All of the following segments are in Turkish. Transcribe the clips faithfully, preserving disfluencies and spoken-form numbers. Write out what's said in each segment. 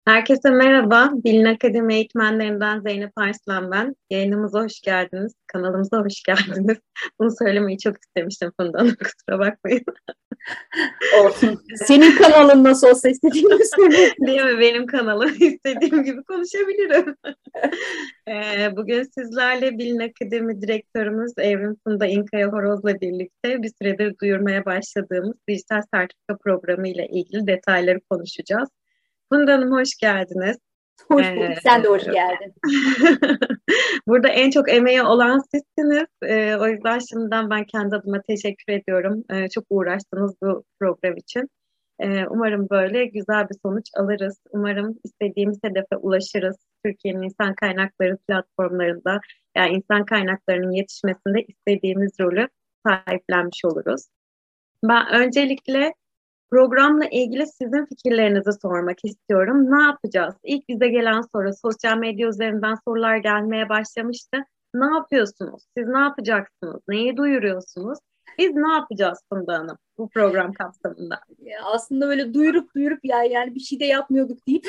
Herkese merhaba. Bilin Akademi eğitmenlerinden Zeynep Arslan ben. Yayınımıza hoş geldiniz. Kanalımıza hoş geldiniz. Bunu söylemeyi çok istemiştim Funda Hanım. Kusura bakmayın. Olsun. Senin kanalın nasıl olsa istediğini söyle. Değil mi? Benim kanalım. İstediğim gibi konuşabilirim. Ee, bugün sizlerle Bilin Akademi direktörümüz Evrim Funda İnkaya Horoz'la birlikte bir süredir duyurmaya başladığımız dijital sertifika programı ile ilgili detayları konuşacağız. Funda Hanım hoş geldiniz. Hoş Ee, bulduk. Sen de hoş geldin. Burada en çok emeği olan sizsiniz. Ee, o yüzden şimdiden ben kendi adıma teşekkür ediyorum. Ee, çok uğraştınız bu program için. Ee, umarım böyle güzel bir sonuç alırız. Umarım istediğimiz hedefe ulaşırız. Türkiye'nin insan kaynakları platformlarında, yani insan kaynaklarının yetişmesinde istediğimiz rolü sahiplenmiş oluruz. Ben öncelikle programla ilgili sizin fikirlerinizi sormak istiyorum. Ne yapacağız? İlk bize gelen soru, sosyal medya üzerinden sorular gelmeye başlamıştı. Ne yapıyorsunuz? Siz ne yapacaksınız? Neyi duyuruyorsunuz? Biz ne yapacağız Funda Hanım bu program kapsamında? Ya aslında böyle duyurup duyurup ya yani bir şey de yapmıyorduk deyip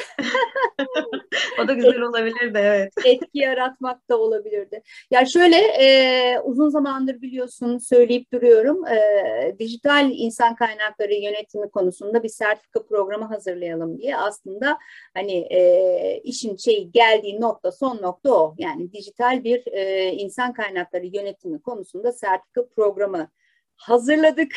O da güzel olabilirdi, evet. etki yaratmak da olabilirdi. Ya şöyle e, uzun zamandır biliyorsun söyleyip duruyorum. E, dijital insan kaynakları yönetimi konusunda bir sertifika programı hazırlayalım diye aslında hani e, işin şey geldiği nokta son nokta o. Yani dijital bir e, insan kaynakları yönetimi konusunda sertifika programı hazırladık.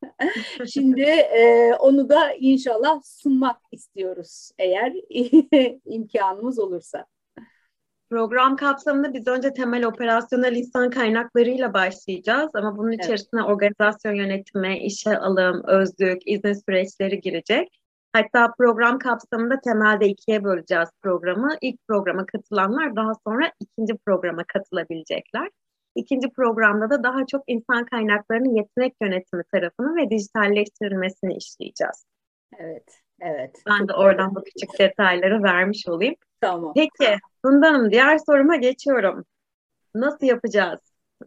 Şimdi e, onu da inşallah sunmak istiyoruz eğer imkanımız olursa. Program kapsamında biz önce temel operasyonel insan kaynaklarıyla başlayacağız ama bunun Evet. içerisine organizasyon yönetimi, işe alım, özlük, izin süreçleri girecek. Hatta program kapsamında temelde ikiye böleceğiz programı. İlk programa katılanlar daha sonra ikinci programa katılabilecekler. İkinci programda da daha çok insan kaynaklarının yetenek yönetimi tarafını ve dijitalleştirilmesini işleyeceğiz. Evet, evet. Ben de Çok doğru. oradan bu küçük detayları vermiş olayım. Tamam. Peki, Funda Hanım, diğer soruma geçiyorum. Nasıl yapacağız?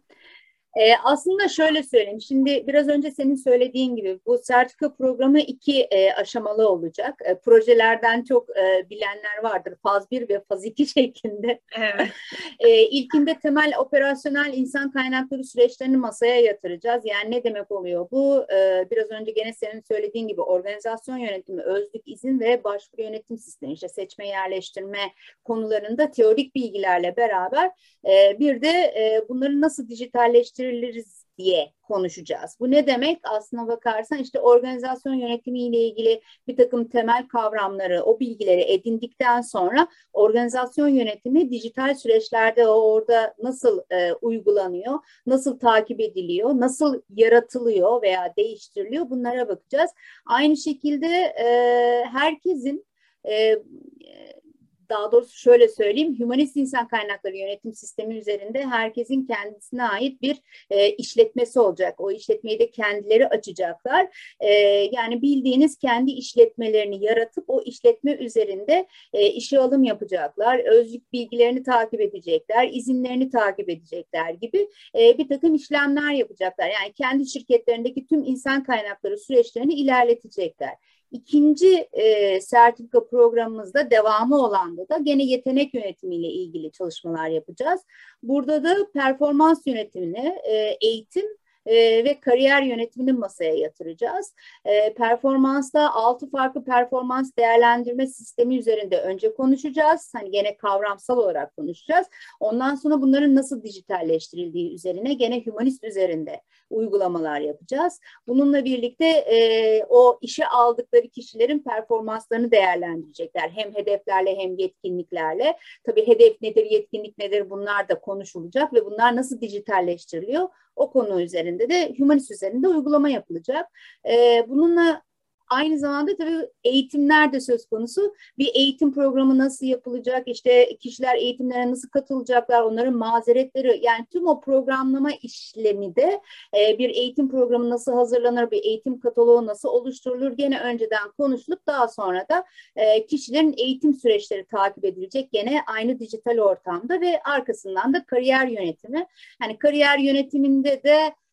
E, aslında şöyle söyleyeyim. Şimdi biraz önce senin söylediğin gibi bu sertifika programı iki e, aşamalı olacak. E, projelerden çok e, bilenler vardır. Faz bir ve faz iki şeklinde. Evet. E, ilkinde temel operasyonel insan kaynakları süreçlerini masaya yatıracağız. Yani ne demek oluyor bu? E, biraz önce gene senin söylediğin gibi organizasyon yönetimi, özlük, izin ve başvuru yönetim sistemi, işte seçme yerleştirme konularında teorik bilgilerle beraber e, bir de e, bunları nasıl dijitalleştiriliriz diye konuşacağız. Bu ne demek? Aslına bakarsan işte organizasyon yönetimi ile ilgili bir takım temel kavramları, o bilgileri edindikten sonra organizasyon yönetimi dijital süreçlerde orada nasıl e, uygulanıyor, nasıl takip ediliyor, nasıl yaratılıyor veya değiştiriliyor, bunlara bakacağız. Aynı şekilde e, herkesin e, daha doğrusu şöyle söyleyeyim, hümanist insan kaynakları yönetim sistemi üzerinde herkesin kendisine ait bir e, işletmesi olacak. O işletmeyi de kendileri açacaklar. E, yani bildiğiniz kendi işletmelerini yaratıp o işletme üzerinde e, işe alım yapacaklar. Özlük bilgilerini takip edecekler, izinlerini takip edecekler gibi e, bir takım işlemler yapacaklar. Yani kendi şirketlerindeki tüm insan kaynakları süreçlerini ilerletecekler. İkinci e, sertifika programımızda devamı olanda da gene yetenek yönetimiyle ilgili çalışmalar yapacağız. Burada da performans yönetimini, e, eğitim e, ve kariyer yönetimini masaya yatıracağız. E, performansta altı farklı performans değerlendirme sistemi üzerinde önce konuşacağız. Hani gene kavramsal olarak konuşacağız. Ondan sonra bunların nasıl dijitalleştirildiği üzerine gene humanist üzerinde uygulamalar yapacağız. Bununla birlikte e, o işe aldıkları kişilerin performanslarını değerlendirecekler. Hem hedeflerle hem yetkinliklerle. Tabii hedef nedir, yetkinlik nedir, bunlar da konuşulacak ve bunlar nasıl dijitalleştiriliyor? O konu üzerinde de humanist üzerinde uygulama yapılacak. E, bununla aynı zamanda tabii eğitimler de söz konusu. Bir eğitim programı nasıl yapılacak? İşte kişiler eğitimlere nasıl katılacaklar? Onların mazeretleri, yani tüm o programlama işlemi de e, bir eğitim programı nasıl hazırlanır? Bir eğitim kataloğu nasıl oluşturulur? Gene önceden konuşulup daha sonra da e, kişilerin eğitim süreçleri takip edilecek. Gene aynı dijital ortamda ve arkasından da kariyer yönetimi. Yani kariyer yönetiminde de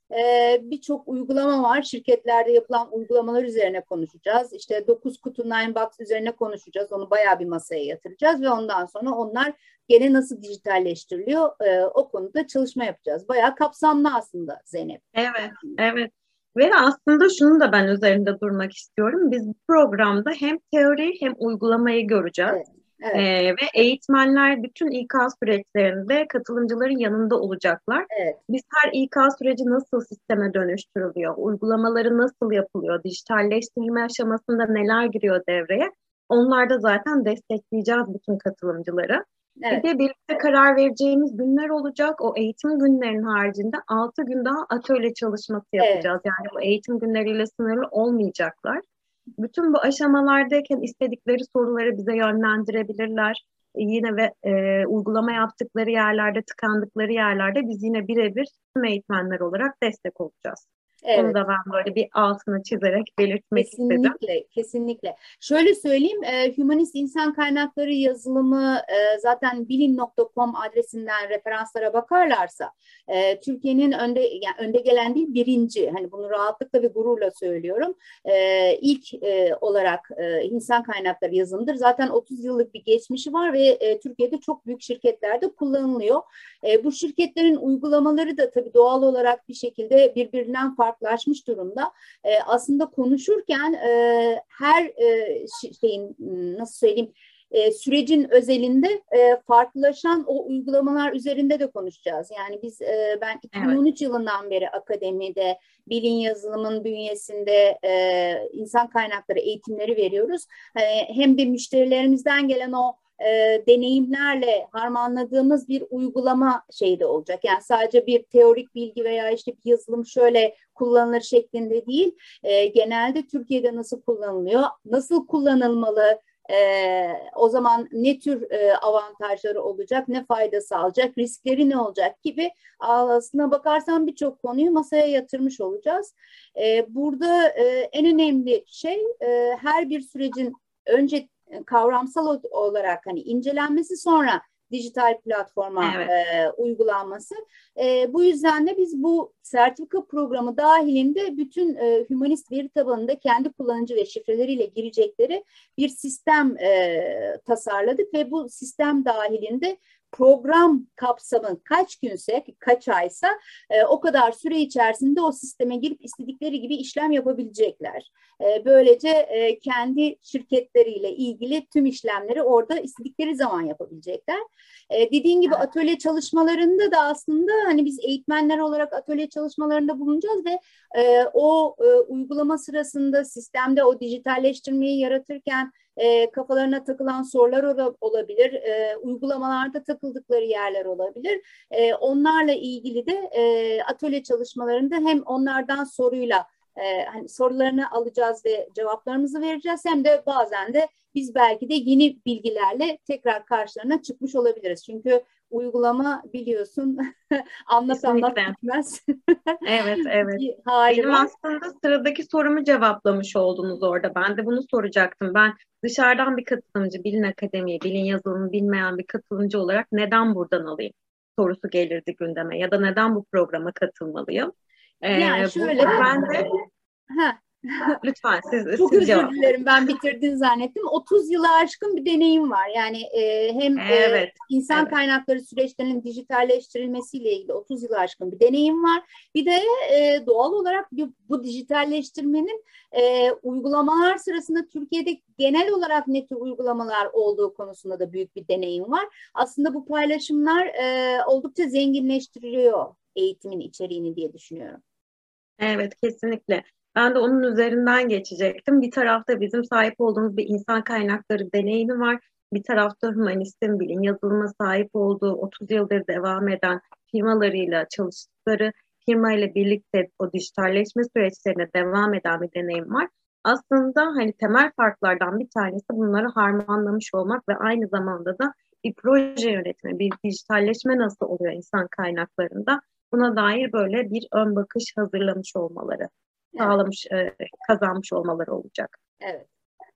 Ee, birçok uygulama var. Şirketlerde yapılan uygulamalar üzerine konuşacağız. İşte dokuz kutu Nine Box üzerine konuşacağız. Onu bayağı bir masaya yatıracağız ve ondan sonra onlar gene nasıl dijitalleştiriliyor ee, o konuda çalışma yapacağız. Bayağı kapsamlı aslında Zeynep. Evet, evet. Ve aslında şunu da ben üzerinde durmak istiyorum. Biz bu programda hem teori hem uygulamayı göreceğiz. Evet, evet, Ee, ve eğitmenler bütün İK süreçlerinde katılımcıların yanında olacaklar. evet. Biz her İK süreci nasıl sisteme dönüştürülüyor, uygulamaları nasıl yapılıyor, dijitalleştirme aşamasında neler giriyor devreye, onlarda zaten destekleyeceğiz bütün katılımcıları. Bir Evet. de birlikte karar vereceğimiz günler olacak. O eğitim günlerinin haricinde altı gün daha atölye çalışması Evet. yapacağız. Yani bu eğitim günleriyle sınırlı olmayacaklar. Bütün bu aşamalardayken istedikleri soruları bize yönlendirebilirler. E, Yine ve e, uygulama yaptıkları yerlerde, tıkandıkları yerlerde biz yine birebir tüm eğitmenler olarak destek olacağız. Onu Evet. da ben böyle bir altını çizerek belirtmek istedim. Kesinlikle, kesinlikle. Şöyle söyleyeyim, e, Humanist İnsan Kaynakları yazılımı e, zaten bilim nokta com adresinden referanslara bakarlarsa e, Türkiye'nin önde yani önde gelen değil birinci, hani bunu rahatlıkla ve gururla söylüyorum. E, ilk e, olarak e, insan kaynakları yazılımıdır. Zaten otuz yıllık bir geçmişi var ve e, Türkiye'de çok büyük şirketlerde kullanılıyor. E, bu şirketlerin uygulamaları da tabii doğal olarak bir şekilde birbirinden farklılaşmış durumda. E, aslında konuşurken e, her e, şeyin nasıl söyleyeyim e, sürecin özelinde e, farklılaşan o uygulamalar üzerinde de konuşacağız. Yani biz e, ben iki bin on üç evet. yılından beri akademide bilin yazılımın bünyesinde e, insan kaynakları eğitimleri veriyoruz. E, hem de müşterilerimizden gelen o e, deneyimlerle harmanladığımız bir uygulama şeyi de olacak. Yani sadece bir teorik bilgi veya işte bir yazılım şöyle kullanılır şeklinde değil. E, genelde Türkiye'de nasıl kullanılıyor, nasıl kullanılmalı, e, o zaman ne tür e, avantajları olacak, ne fayda sağlayacak, riskleri ne olacak gibi aslına bakarsan birçok konuyu masaya yatırmış olacağız. E, burada e, en önemli şey e, her bir sürecin önce kavramsal olarak hani incelenmesi sonra dijital platforma Evet. e, uygulanması. E, bu yüzden de biz bu sertifika programı dahilinde bütün e, Humanist veri tabanında kendi kullanıcı ve şifreleriyle girecekleri bir sistem e, tasarladık ve bu sistem dahilinde program kapsamı kaç günse, kaç aysa e, o kadar süre içerisinde o sisteme girip istedikleri gibi işlem yapabilecekler. E, böylece e, kendi şirketleriyle ilgili tüm işlemleri orada istedikleri zaman yapabilecekler. E, dediğin gibi atölye çalışmalarında da aslında hani biz eğitmenler olarak atölye çalışmalarında bulunacağız ve e, o e, uygulama sırasında sistemde o dijitalleştirmeyi yaratırken e, kafalarına takılan sorular olabilir, e, uygulamalarda takıldıkları yerler olabilir. E, onlarla ilgili de e, atölye çalışmalarında hem onlardan soruyla e, hani sorularını alacağız ve cevaplarımızı vereceğiz, hem de bazen de biz belki de yeni bilgilerle tekrar karşılarına çıkmış olabiliriz. Çünkü uygulama biliyorsun anlat anlat bitmez. Evet, evet. Benim var. aslında sıradaki sorumu cevaplamış oldunuz orada. Ben de bunu soracaktım. Ben dışarıdan bir katılımcı, Bilin Akademi'yi, Bilin yazılımı bilmeyen bir katılımcı olarak neden buradan alayım sorusu gelirdi gündeme. Ya da neden bu programa katılmalıyım? Ee, Yani şöyle. ben de ha. lütfen siz, Çok siz özür cevap dilerim, ben bitirdin zannettim. otuz yılı aşkın bir deneyim var. Yani e, hem Evet, e, insan evet. kaynakları süreçlerinin dijitalleştirilmesiyle ilgili otuz yılı aşkın bir deneyim var. Bir de e, doğal olarak bu, bu dijitalleştirmenin e, uygulamalar sırasında Türkiye'de genel olarak ne tür uygulamalar olduğu konusunda da büyük bir deneyim var. Aslında bu paylaşımlar e, oldukça zenginleştiriyor eğitimin içeriğini diye düşünüyorum. Evet, kesinlikle. Ben de onun üzerinden geçecektim. Bir tarafta bizim sahip olduğumuz bir insan kaynakları deneyimi var. Bir tarafta Humanist'in bilim yazılıma sahip olduğu otuz yıldır devam eden firmalarıyla çalıştıkları firma ile birlikte o dijitalleşme süreçlerine devam eden bir deneyim var. Aslında hani temel farklardan bir tanesi bunları harmanlamış olmak ve aynı zamanda da bir proje yönetimi, bir dijitalleşme nasıl oluyor insan kaynaklarında? Buna dair böyle bir ön bakış hazırlamış olmaları, Evet. sağlamış, e, kazanmış olmaları olacak. Evet.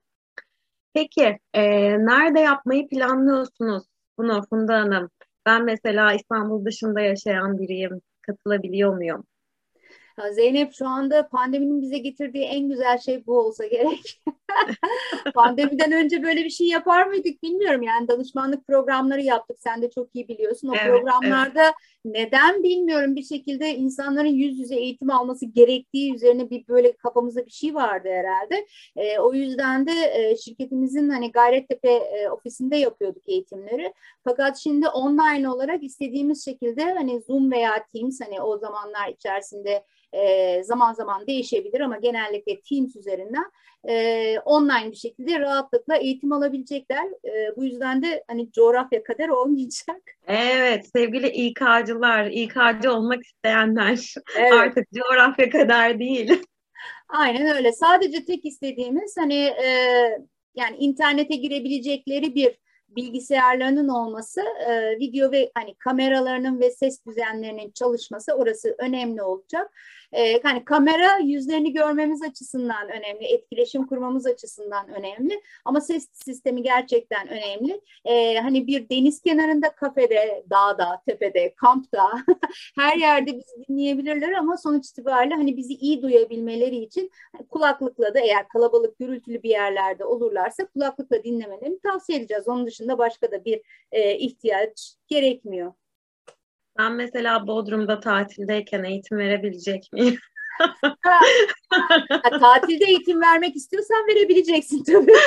Peki, e, nerede yapmayı planlıyorsunuz bunu Funda Hanım? Ben mesela İstanbul dışında yaşayan biriyim, katılabiliyor muyum? Ya Zeynep, şu anda pandeminin bize getirdiği en güzel şey bu olsa gerek. Pandemiden önce böyle bir şey yapar mıydık bilmiyorum. Yani danışmanlık programları yaptık. Sen de çok iyi biliyorsun. O Evet, evet. programlarda neden bilmiyorum, bir şekilde insanların yüz yüze eğitim alması gerektiği üzerine bir böyle kafamızda bir şey vardı herhalde. E, o yüzden de e, şirketimizin hani Gayrettepe e, ofisinde yapıyorduk eğitimleri. Fakat şimdi online olarak istediğimiz şekilde hani Zoom veya Teams, hani o zamanlar içerisinde e, zaman zaman değişebilir ama genellikle Teams üzerinden e, online bir şekilde rahatlıkla eğitim alabilecekler. E, bu yüzden de hani coğrafya kadar olmayacak. Evet, sevgili İK'cılar, İK'cı olmak isteyenler Evet, artık coğrafya kadar değil. aynen öyle. Sadece tek istediğimiz hani e, yani internete girebilecekleri bir bilgisayarlarının olması, e, video ve hani kameralarının ve ses düzenlerinin çalışması, orası önemli olacak. E, hani kamera yüzlerini görmemiz açısından önemli, etkileşim kurmamız açısından önemli ama ses sistemi gerçekten önemli. E, hani bir deniz kenarında, kafede, dağda, tepede, kampta her yerde bizi dinleyebilirler ama sonuç itibariyle hani bizi iyi duyabilmeleri için kulaklıkla da, eğer kalabalık gürültülü bir yerlerde olurlarsa kulaklıkla dinlemelerini tavsiye edeceğiz. Onun dışında başka da bir e, ihtiyaç gerekmiyor. Ben mesela Bodrum'da tatildeyken eğitim verebilecek miyim? Ha, ha, tatilde eğitim vermek istiyorsan verebileceksin tabii.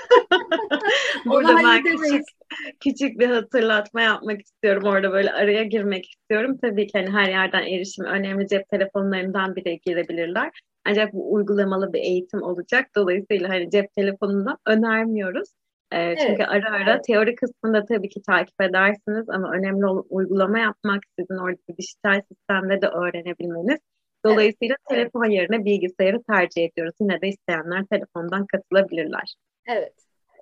Ona Burada hayır ben küçük demeyiz. küçük bir hatırlatma yapmak istiyorum. Orada böyle araya girmek istiyorum. Tabii ki hani her yerden erişim önemli. Cep telefonlarından bile girebilirler. Ancak bu uygulamalı bir eğitim olacak. Dolayısıyla hani cep telefonundan önermiyoruz. Ee, çünkü Evet, ara ara teori kısmında tabii ki takip edersiniz ama önemli olan uygulama yapmak, sizin oradaki dijital sistemde de öğrenebilmeniz. evet, Dolayısıyla telefon yerine bilgisayarı tercih ediyoruz. Yine de isteyenler telefondan katılabilirler. evet.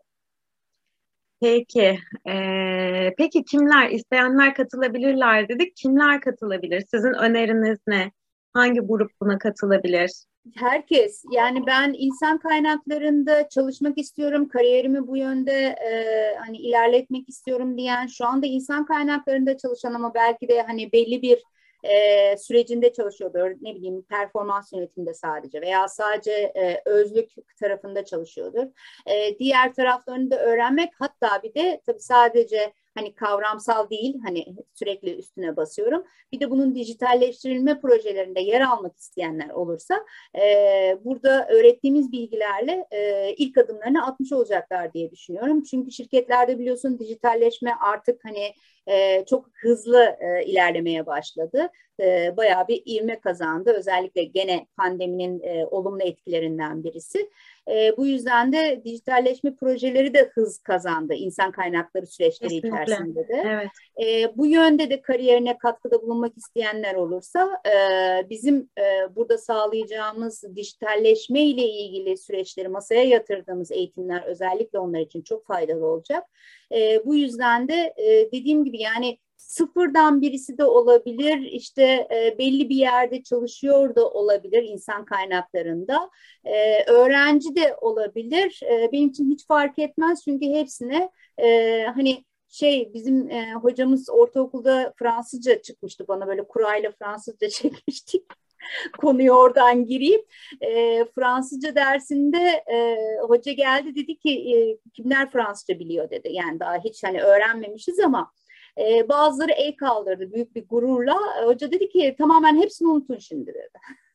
Peki, eee, peki kimler, isteyenler katılabilirler dedik. Kimler katılabilir? Sizin öneriniz ne? Hangi grup buna katılabilir? Herkes, yani ben insan kaynaklarında çalışmak istiyorum, kariyerimi bu yönde e, hani ilerletmek istiyorum diyen, şu anda insan kaynaklarında çalışan ama belki de hani belli bir e, sürecinde çalışıyordur, ne bileyim performans yönetiminde sadece veya sadece e, özlük tarafında çalışıyordur. E, diğer taraflarını da öğrenmek, hatta bir de tabii sadece hani kavramsal değil, hani sürekli üstüne basıyorum. Bir de bunun dijitalleştirilme projelerinde yer almak isteyenler olursa e, burada öğrettiğimiz bilgilerle e, ilk adımlarını atmış olacaklar diye düşünüyorum. Çünkü şirketlerde biliyorsun dijitalleşme artık hani e, çok hızlı e, ilerlemeye başladı. E, bayağı bir ivme kazandı. Özellikle gene pandeminin e, olumlu etkilerinden birisi. E, bu yüzden de dijitalleşme projeleri de hız kazandı insan kaynakları süreçleri Kesinlikle. içerisinde de. Evet. E, bu yönde de kariyerine katkıda bulunmak isteyenler olursa e, bizim e, burada sağlayacağımız dijitalleşme ile ilgili süreçleri masaya yatırdığımız eğitimler özellikle onlar için çok faydalı olacak. E, bu yüzden de e, dediğim gibi yani sıfırdan birisi de olabilir, işte e, belli bir yerde çalışıyor da olabilir insan kaynaklarında, e, öğrenci de olabilir. E, benim için hiç fark etmez çünkü hepsine e, hani şey, bizim e, hocamız ortaokulda Fransızca çıkmıştı, bana böyle kurayla Fransızca çekmiştik. Konuyu oradan gireyim. E, Fransızca dersinde e, hoca geldi, dedi ki e, kimler Fransızca biliyor dedi. Yani daha hiç hani öğrenmemişiz ama e, bazıları el kaldırdı büyük bir gururla. E, hoca dedi ki tamamen hepsini unutun şimdi dedi.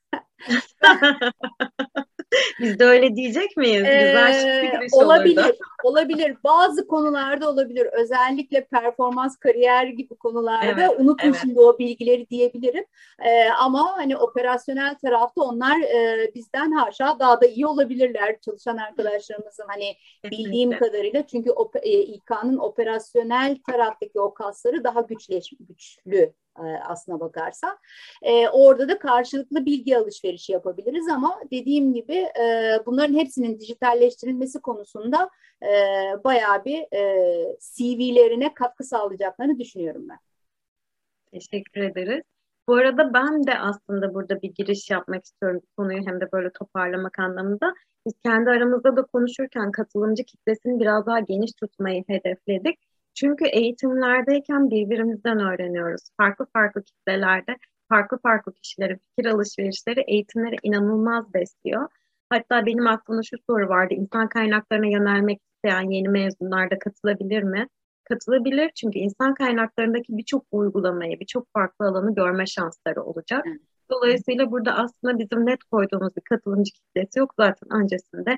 Biz de öyle diyecek miyiz? Güzel, şık bir Ee, giriş olurdu. olabilir, olabilir. Bazı konularda olabilir. Özellikle performans, kariyer gibi konularda Evet, unutun evet. şimdi o bilgileri diyebilirim. Ee, ama hani operasyonel tarafta onlar e, bizden haşa daha da iyi olabilirler. Çalışan arkadaşlarımızın hani bildiğim Kesinlikle. kadarıyla, çünkü op- e, İK'nın operasyonel taraftaki o kasları daha güçleş, güçlü e, aslına bakarsan. E, orada da karşılıklı bilgi alışverişi yapabiliriz ama dediğim gibi e, bunların hepsinin dijitalleştirilmesi konusunda e, bayağı bir e, C V'lerine katkı sağlayacaklarını düşünüyorum ben. Teşekkür ederiz. Bu arada ben de aslında burada bir giriş yapmak istiyorum konuyu hem de böyle toparlamak anlamında. Biz kendi aramızda da konuşurken katılımcı kitlesini biraz daha geniş tutmayı hedefledik. Çünkü eğitimlerdeyken birbirimizden öğreniyoruz. Farklı farklı kitlelerde farklı farklı kişilerin fikir alışverişleri eğitimleri inanılmaz besliyor. Hatta benim aklımda şu soru vardı. İnsan kaynaklarına yönelmek isteyen yeni mezunlar da katılabilir mi? Katılabilir, çünkü insan kaynaklarındaki birçok uygulamayı, birçok farklı alanı görme şansları olacak. Dolayısıyla burada aslında bizim net koyduğumuz bir katılımcı kitlesi yok. Zaten öncesinde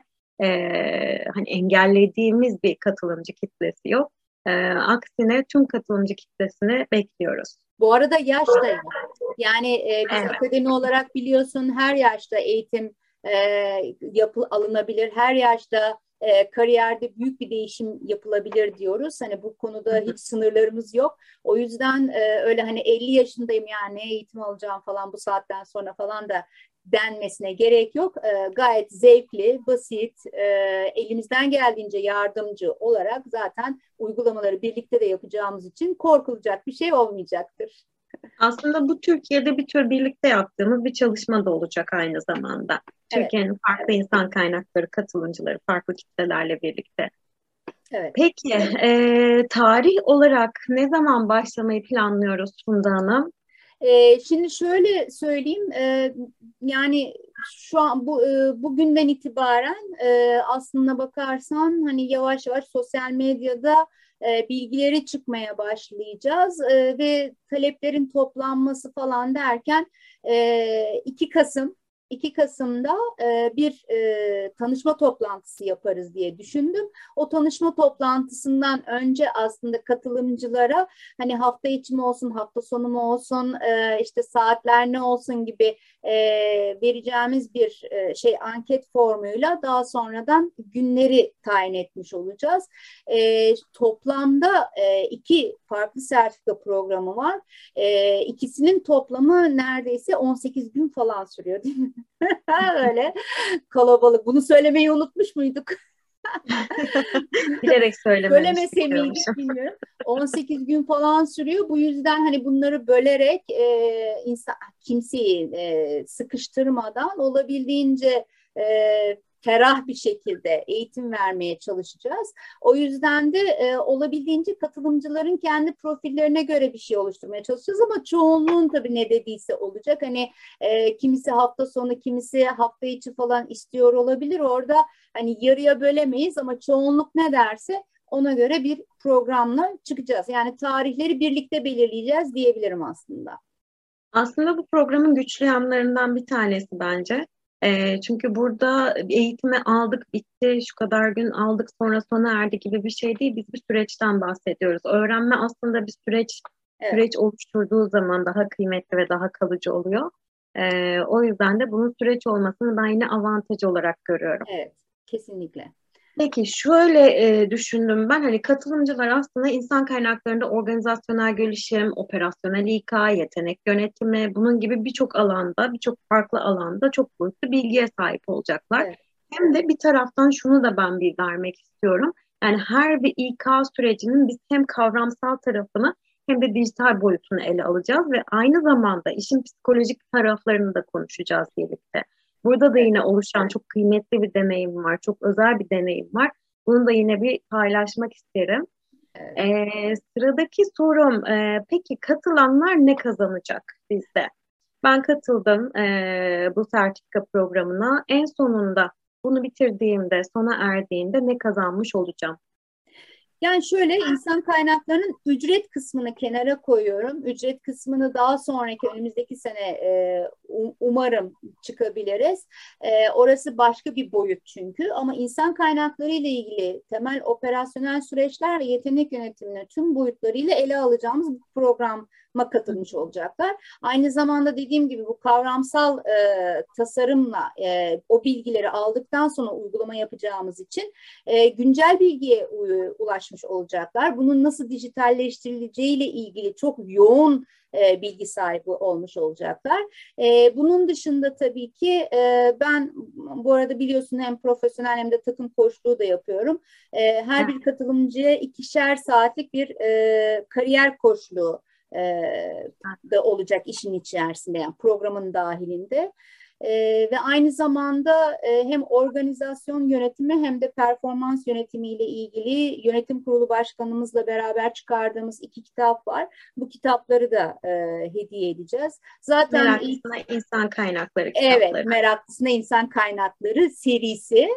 eee, hani engellediğimiz bir katılımcı kitlesi yok. Eee, aksine tüm katılımcı kitlesini bekliyoruz. Bu arada yaş da yok. Yani e, biz Evet. akademi olarak biliyorsun her yaşta eğitim e, yapı alınabilir. Her yaşta e, kariyerde büyük bir değişim yapılabilir diyoruz. Hani bu konuda hiç sınırlarımız yok. O yüzden e, öyle hani elli yaşındayım yani ne eğitim alacağım falan bu saatten sonra falan da denmesine gerek yok. E, gayet zevkli, basit, e, elimizden geldiğince yardımcı olarak zaten uygulamaları birlikte de yapacağımız için korkulacak bir şey olmayacaktır. Aslında bu Türkiye'de bir tür birlikte yaptığımız bir çalışma da olacak aynı zamanda. Evet, Türkiye'nin farklı insan kaynakları katılımcıları, farklı kitlelerle birlikte. evet. Peki, e, tarih olarak ne zaman başlamayı planlıyoruz Funda Hanım? Ee, şimdi şöyle söyleyeyim, e, yani şu an bu e, bugünden itibaren e, aslına bakarsan hani yavaş yavaş sosyal medyada e, bilgileri çıkmaya başlayacağız e, ve taleplerin toplanması falan derken e, iki Kasım iki Kasım'da e, bir e, tanışma toplantısı yaparız diye düşündüm. O tanışma toplantısından önce aslında katılımcılara hani hafta içi mi olsun, hafta sonu mu olsun, e, işte saatler ne olsun gibi e, vereceğimiz bir e, şey anket formuyla daha sonradan günleri tayin etmiş olacağız. E, toplamda e, iki farklı sertifika programı var. E, ikisinin toplamı neredeyse on sekiz gün falan sürüyor, değil mi? Öyle kalabalık. Bunu söylemeyi unutmuş muyduk? Bilerek söylememiştik Söylemese diyormuşum. miydik bilmiyorum. on sekiz gün falan sürüyor. Bu yüzden hani bunları bölerek e, insan kimseyi e, sıkıştırmadan olabildiğince e, ferah bir şekilde eğitim vermeye çalışacağız. O yüzden de e, olabildiğince katılımcıların kendi profillerine göre bir şey oluşturmaya çalışacağız ama çoğunluğun tabii ne dediyse olacak. Hani e, kimisi hafta sonu, kimisi hafta içi falan istiyor olabilir. Orada hani yarıya bölemeyiz ama çoğunluk ne derse ona göre bir programla çıkacağız. Yani tarihleri birlikte belirleyeceğiz diyebilirim aslında. Aslında bu programın güçlü yanlarından bir tanesi bence. Eee, çünkü burada eğitimi aldık, bitti, şu kadar gün aldık, sonra sona erdi gibi bir şey değil. Biz bir süreçten bahsediyoruz. Öğrenme aslında bir süreç, Evet, süreç oluşturduğu zaman daha kıymetli ve daha kalıcı oluyor. Eee, o yüzden de bunun süreç olmasını ben yine avantaj olarak görüyorum. evet, kesinlikle. Peki şöyle e, düşündüm ben, hani katılımcılar aslında insan kaynaklarında organizasyonel gelişim, operasyonel İK, yetenek yönetimi, bunun gibi birçok alanda, birçok farklı alanda çok boyutlu bilgiye sahip olacaklar. Evet, Hem de bir taraftan şunu da ben bir vermek istiyorum. Yani her bir İK sürecinin biz hem kavramsal tarafını hem de dijital boyutunu ele alacağız ve aynı zamanda işin psikolojik taraflarını da konuşacağız birlikte. Burada da evet, yine oluşan çok kıymetli bir deneyim var. Çok özel bir deneyim var. Bunu da yine bir paylaşmak isterim. evet. Ee, sıradaki sorum, e, peki katılanlar ne kazanacak bizde? Ben katıldım e, bu sertifika programına. En sonunda bunu bitirdiğimde, sona erdiğinde ne kazanmış olacağım? Yani şöyle insan kaynaklarının ücret kısmını kenara koyuyorum. Ücret kısmını daha sonraki önümüzdeki sene e, umarım çıkabiliriz. E, orası başka bir boyut çünkü. Ama insan kaynakları ile ilgili temel operasyonel süreçler ve yetenek yönetimini tüm boyutlarıyla ele alacağımız bir programa katılmış olacaklar. Aynı zamanda dediğim gibi bu kavramsal e, tasarımla e, o bilgileri aldıktan sonra uygulama yapacağımız için e, güncel bilgiye ulaşmış olacaklar. Bunun nasıl dijitalleştirileceğiyle ilgili çok yoğun e, bilgi sahibi olmuş olacaklar. E, bunun dışında tabii ki e, ben bu arada biliyorsun hem profesyonel hem de takım koçluğu da yapıyorum. E, her bir katılımcıya ikişer saatlik bir e, kariyer koçluğu e, da olacak işin içerisinde, yani programın dahilinde. E, ve aynı zamanda e, hem organizasyon yönetimi hem de performans yönetimi ile ilgili yönetim kurulu başkanımızla beraber çıkardığımız iki kitap var. Bu kitapları da e, hediye edeceğiz. Zaten Meraklısına insan kaynakları evet, kitapları. Meraklısına insan kaynakları serisi.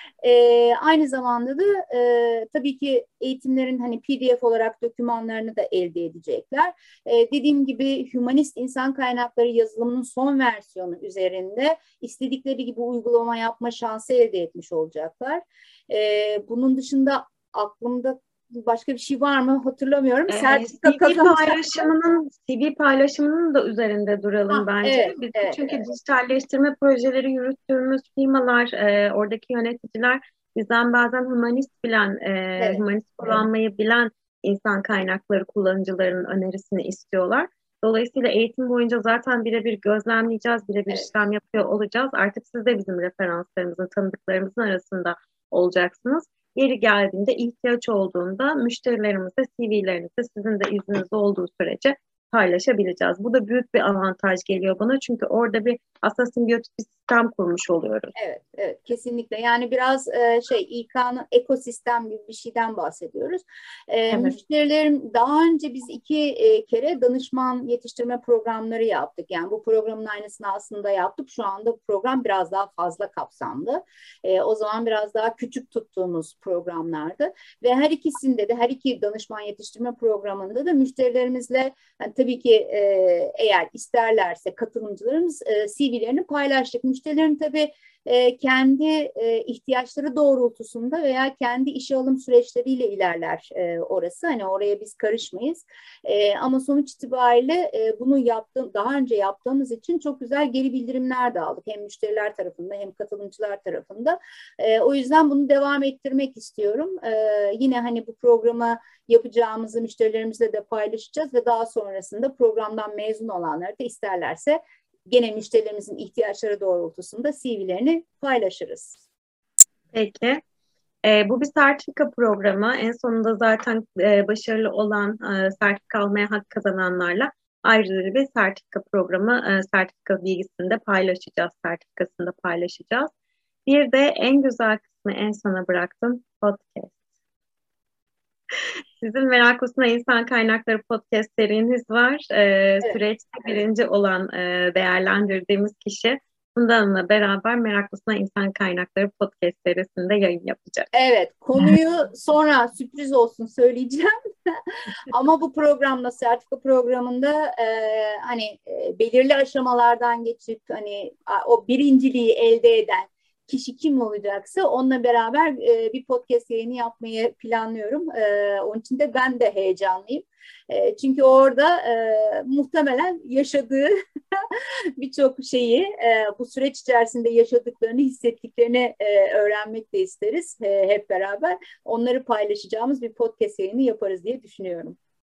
E, aynı zamanda da e, tabii ki eğitimlerin hani P D F olarak dokümanlarını da elde edecekler. E, dediğim gibi hümanist insan kaynakları yazılımının son versiyonu üzerinde istedikleri gibi uygulama yapma şansı elde etmiş olacaklar. E, bunun dışında aklımda başka bir şey var mı hatırlamıyorum. Ee, Sertifika C V kazanacaklar. paylaşımının C V paylaşımının da üzerinde duralım Ah, bence. evet, Bizim evet, çünkü evet. dijitalleştirme projeleri yürüttüğümüz firmalar, e, oradaki yöneticiler bizden bazen humanist bilen, e, Evet. humanist kullanmayı bilen insan kaynakları kullanıcılarının önerisini istiyorlar. Dolayısıyla eğitim boyunca zaten birebir gözlemleyeceğiz, birebir Evet. işlem yapıyor olacağız. Artık siz de bizim referanslarımızın, tanıdıklarımızın arasında olacaksınız. Yeri geldiğinde, ihtiyaç olduğunda müşterilerimize C V'lerinizi sizin de izniniz olduğu sürece paylaşabileceğiz. Bu da büyük bir avantaj geliyor bana. Çünkü orada bir aslında simbiyotik bir sistem kurmuş oluyoruz. Evet, evet, kesinlikle. Yani biraz e, şey İK'nın ekosistem gibi bir şeyden bahsediyoruz. E, Evet. Müşterilerim daha önce biz iki e, kere danışman yetiştirme programları yaptık. Yani bu programın aynısını aslında yaptık. Şu anda bu program biraz daha fazla kapsamlı. E, o zaman biraz daha küçük tuttuğumuz programlardı. Ve her ikisinde de her iki danışman yetiştirme programında da müşterilerimizle yani tabii ki e, eğer isterlerse katılımcılarımız e, C V'lerini paylaştık. Müşterilerin tabii e, kendi e, ihtiyaçları doğrultusunda veya kendi işe alım süreçleriyle ilerler e, orası. Hani oraya biz karışmayız. E, ama sonuç itibariyle e, bunu yaptığım, daha önce yaptığımız için çok güzel geri bildirimler de aldık. Hem müşteriler tarafında hem katılımcılar tarafında. E, o yüzden bunu devam ettirmek istiyorum. E, yine hani bu programı yapacağımızı müşterilerimizle de paylaşacağız ve daha sonrasında programdan mezun olanları da isterlerse gene müşterilerimizin ihtiyaçları doğrultusunda C V'lerini paylaşırız. Peki. E, bu bir sertifika programı. En sonunda zaten e, başarılı olan, e, sertifika almaya hak kazananlarla ayrıca bir sertifika programı, e, sertifika bilgisini de paylaşacağız, sertifikasını da paylaşacağız. Bir de en güzel kısmı en sona bıraktım, podcast. Sizin Meraklısına İnsan Kaynakları podcast seriniz var. Ee, Evet. Süreçte birinci olan e, değerlendirdiğimiz kişi Funda Hanım'la beraber Meraklısına İnsan Kaynakları podcast serisinde yayın yapacak. Evet, konuyu sonra sürpriz olsun söyleyeceğim. Ama bu programda, sertifika programında e, hani e, belirli aşamalardan geçip hani o birinciliği elde eden kişi kim olacaksa onunla beraber e, bir podcast yayını yapmayı planlıyorum. E, onun için de ben de heyecanlıyım. E, çünkü orada e, muhtemelen yaşadığı birçok şeyi e, bu süreç içerisinde yaşadıklarını, hissettiklerini e, öğrenmek de isteriz e, hep beraber. Onları paylaşacağımız bir podcast yayını yaparız diye düşünüyorum.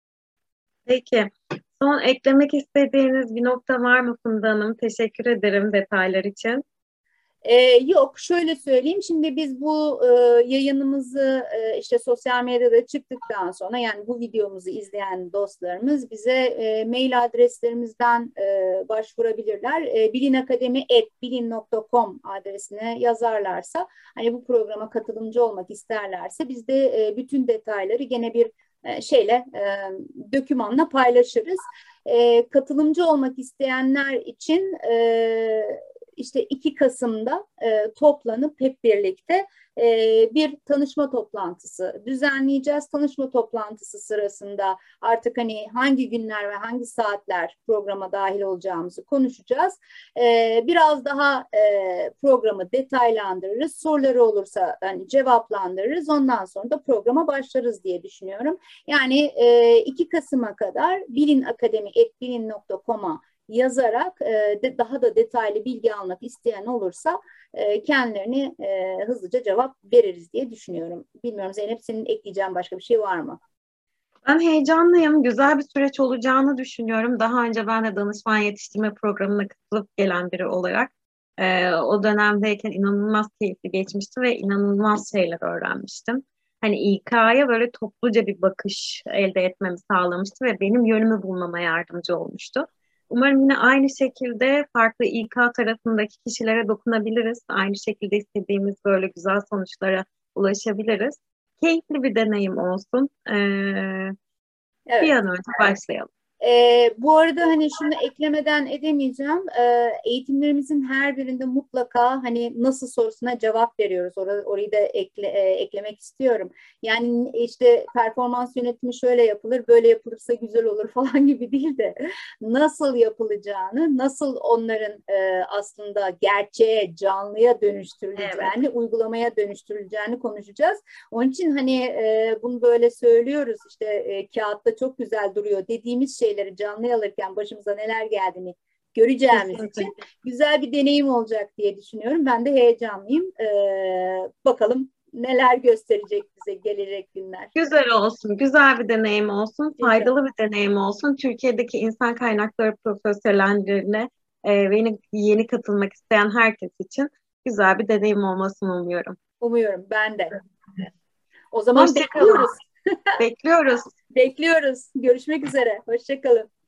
Peki. Son eklemek istediğiniz bir nokta var mı Funda Hanım? Teşekkür ederim detaylar için. Ee, yok şöyle söyleyeyim şimdi biz bu e, yayınımızı e, işte sosyal medyada çıktıktan sonra yani bu videomuzu izleyen dostlarımız bize e, mail adreslerimizden e, başvurabilirler. E, bilinakademi at bilin nokta com adresine yazarlarsa hani bu programa katılımcı olmak isterlerse biz de e, bütün detayları gene bir e, şeyle e, dokümanla paylaşırız. E, katılımcı olmak isteyenler için e, işte iki Kasım'da e, toplanıp hep birlikte e, bir tanışma toplantısı düzenleyeceğiz. Tanışma toplantısı sırasında artık hani hangi günler ve hangi saatler programa dahil olacağımızı konuşacağız. E, biraz daha e, programı detaylandırırız. Soruları olursa hani cevaplandırırız. Ondan sonra da programa başlarız diye düşünüyorum. Yani e, iki Kasım'a kadar bilinakademi at bilin nokta com'a yazarak e, de, daha da detaylı bilgi almak isteyen olursa e, kendilerini e, hızlıca cevap veririz diye düşünüyorum. Bilmiyorum Zeynep senin ekleyeceğin başka bir şey var mı? Ben heyecanlıyım. Güzel bir süreç olacağını düşünüyorum. Daha önce ben de danışman yetiştirme programına katılıp gelen biri olarak e, o dönemdeyken inanılmaz keyifli geçmişti ve inanılmaz şeyler öğrenmiştim. Hani İK'ya böyle topluca bir bakış elde etmemi sağlamıştı ve benim yönümü bulmama yardımcı olmuştu. Umarım yine aynı şekilde farklı İK tarafındaki kişilere dokunabiliriz. Aynı şekilde istediğimiz böyle güzel sonuçlara ulaşabiliriz. Keyifli bir deneyim olsun. Ee, bir Evet. an önce başlayalım. Ee, bu arada hani şunu eklemeden edemeyeceğim. Ee, eğitimlerimizin her birinde mutlaka hani nasıl sorusuna cevap veriyoruz. Or orayı da ekle, e, eklemek istiyorum. Yani işte performans yönetimi şöyle yapılır, böyle yapılırsa güzel olur falan gibi değil de nasıl yapılacağını, nasıl onların e, aslında gerçeğe, canlıya dönüştürüleceğini, Evet. uygulamaya dönüştürüleceğini konuşacağız. Onun için hani e, bunu böyle söylüyoruz işte e, kağıtta çok güzel duruyor dediğimiz şeyleri canlı alırken başımıza neler geldiğini göreceğimiz Kesinlikle. için güzel bir deneyim olacak diye düşünüyorum. Ben de heyecanlıyım. E, bakalım neler gösterecek bize gelecek günler. Güzel olsun, güzel bir deneyim olsun, İnşallah. faydalı bir deneyim olsun. Türkiye'deki insan kaynakları profesyonellerine e, ve yeni, yeni katılmak isteyen herkes için güzel bir deneyim olmasını umuyorum. Umuyorum ben de. O zaman Hoşça kalın. bekliyoruz. Bekliyoruz. Bekliyoruz. Görüşmek üzere. Hoşça kalın.